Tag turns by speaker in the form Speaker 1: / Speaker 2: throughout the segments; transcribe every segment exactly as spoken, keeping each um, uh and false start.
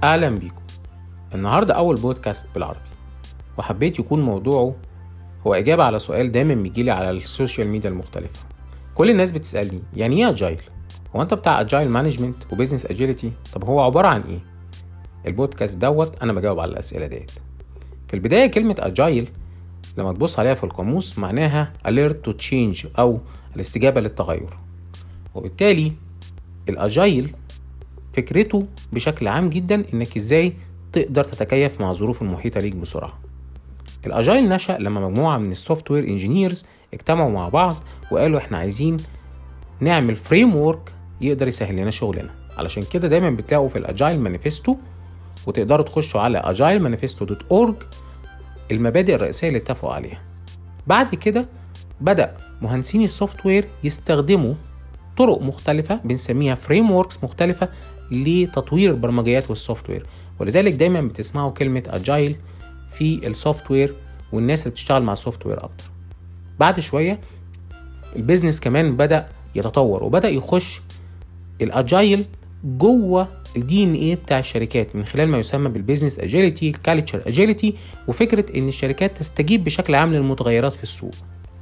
Speaker 1: أهلا بيكم. النهاردة أول بودكاست بالعربي، وحبيت يكون موضوعه هو إجابة على سؤال دايما بيجيلي على السوشيال ميديا المختلفة. كل الناس بتسألني يعني إيه أجايل؟ هو أنت بتاع أجايل مانجمنت وبيزنس أجيليتي؟ طب هو عبارة عن إيه؟ البودكاست دوت أنا بجاوب على الأسئلة ديت. في البداية كلمة أجايل لما تبص عليها في القاموس معناها alert to change أو الاستجابة للتغير، وبالتالي الأجايل فكرته بشكل عام جدا انك ازاي تقدر تتكيف مع الظروف المحيطة ليك بسرعة. الاجايل نشأ لما مجموعة من السوفت وير انجينيرز اجتمعوا مع بعض وقالوا احنا عايزين نعمل فريم وورك يقدر يسهل لنا شغلنا. علشان كده دايما بتلاقوا في الاجايل مانيفستو، وتقدروا تخشوا على اجايل مانيفستو دوت اورج المبادئ الرئيسية اللي اتفقوا عليها. بعد كده بدأ مهندسين السوفت وير يستخدموا طرق مختلفة بنسميها فريم ووركس مختلفة لتطوير البرمجيات والسوفت وير، ولذلك دايما بتسمعوا كلمة اجايل في السوفت وير والناس اللي بتشتغل مع السوفت وير اكتر. بعد شوية البيزنس كمان بدأ يتطور وبدأ يخش الاجايل جوه الدي ان ايه بتاع الشركات من خلال ما يسمى بالبيزنس اجيليتي، الكالتشر اجيليتي، وفكرة ان الشركات تستجيب بشكل عام للمتغيرات في السوق.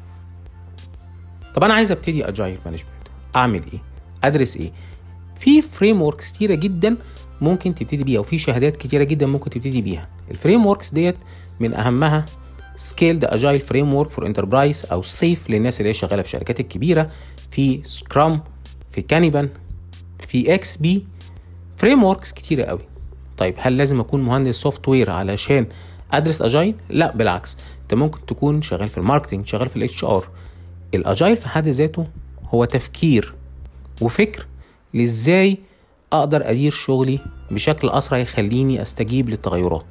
Speaker 1: طب انا عايز ابتدي اجايل مانجمنت، اعمل ايه؟ ادرس ايه؟ في فريم وركس كتيره جدا ممكن تبتدي بيها، وفي شهادات كتيره جدا ممكن تبتدي بيها. الفريم وركس ديت من اهمها سكيلد اجايل فريم ورك فور انتربرايز او سيف للناس اللي هي شغاله في الشركات الكبيره، في سكرام، في كانيبان، في اكس بي، فريم وركس كتيره قوي. طيب هل لازم اكون مهندس سوفت وير علشان ادرس اجايل؟ لا بالعكس، انت ممكن تكون شغال في الماركتنج، شغال في الاتش ار. الاجايل في حد ذاته هو تفكير وفكر لازاي اقدر ادير شغلي بشكل اسرع يخليني استجيب للتغيرات.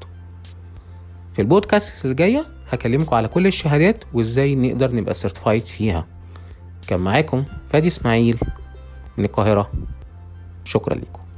Speaker 1: في البودكاست اللي جايه هكلمكم على كل الشهادات وازاي نقدر نبقى سيرتيفايد فيها. كان معاكم فادي اسماعيل من القاهره، شكرا لكم.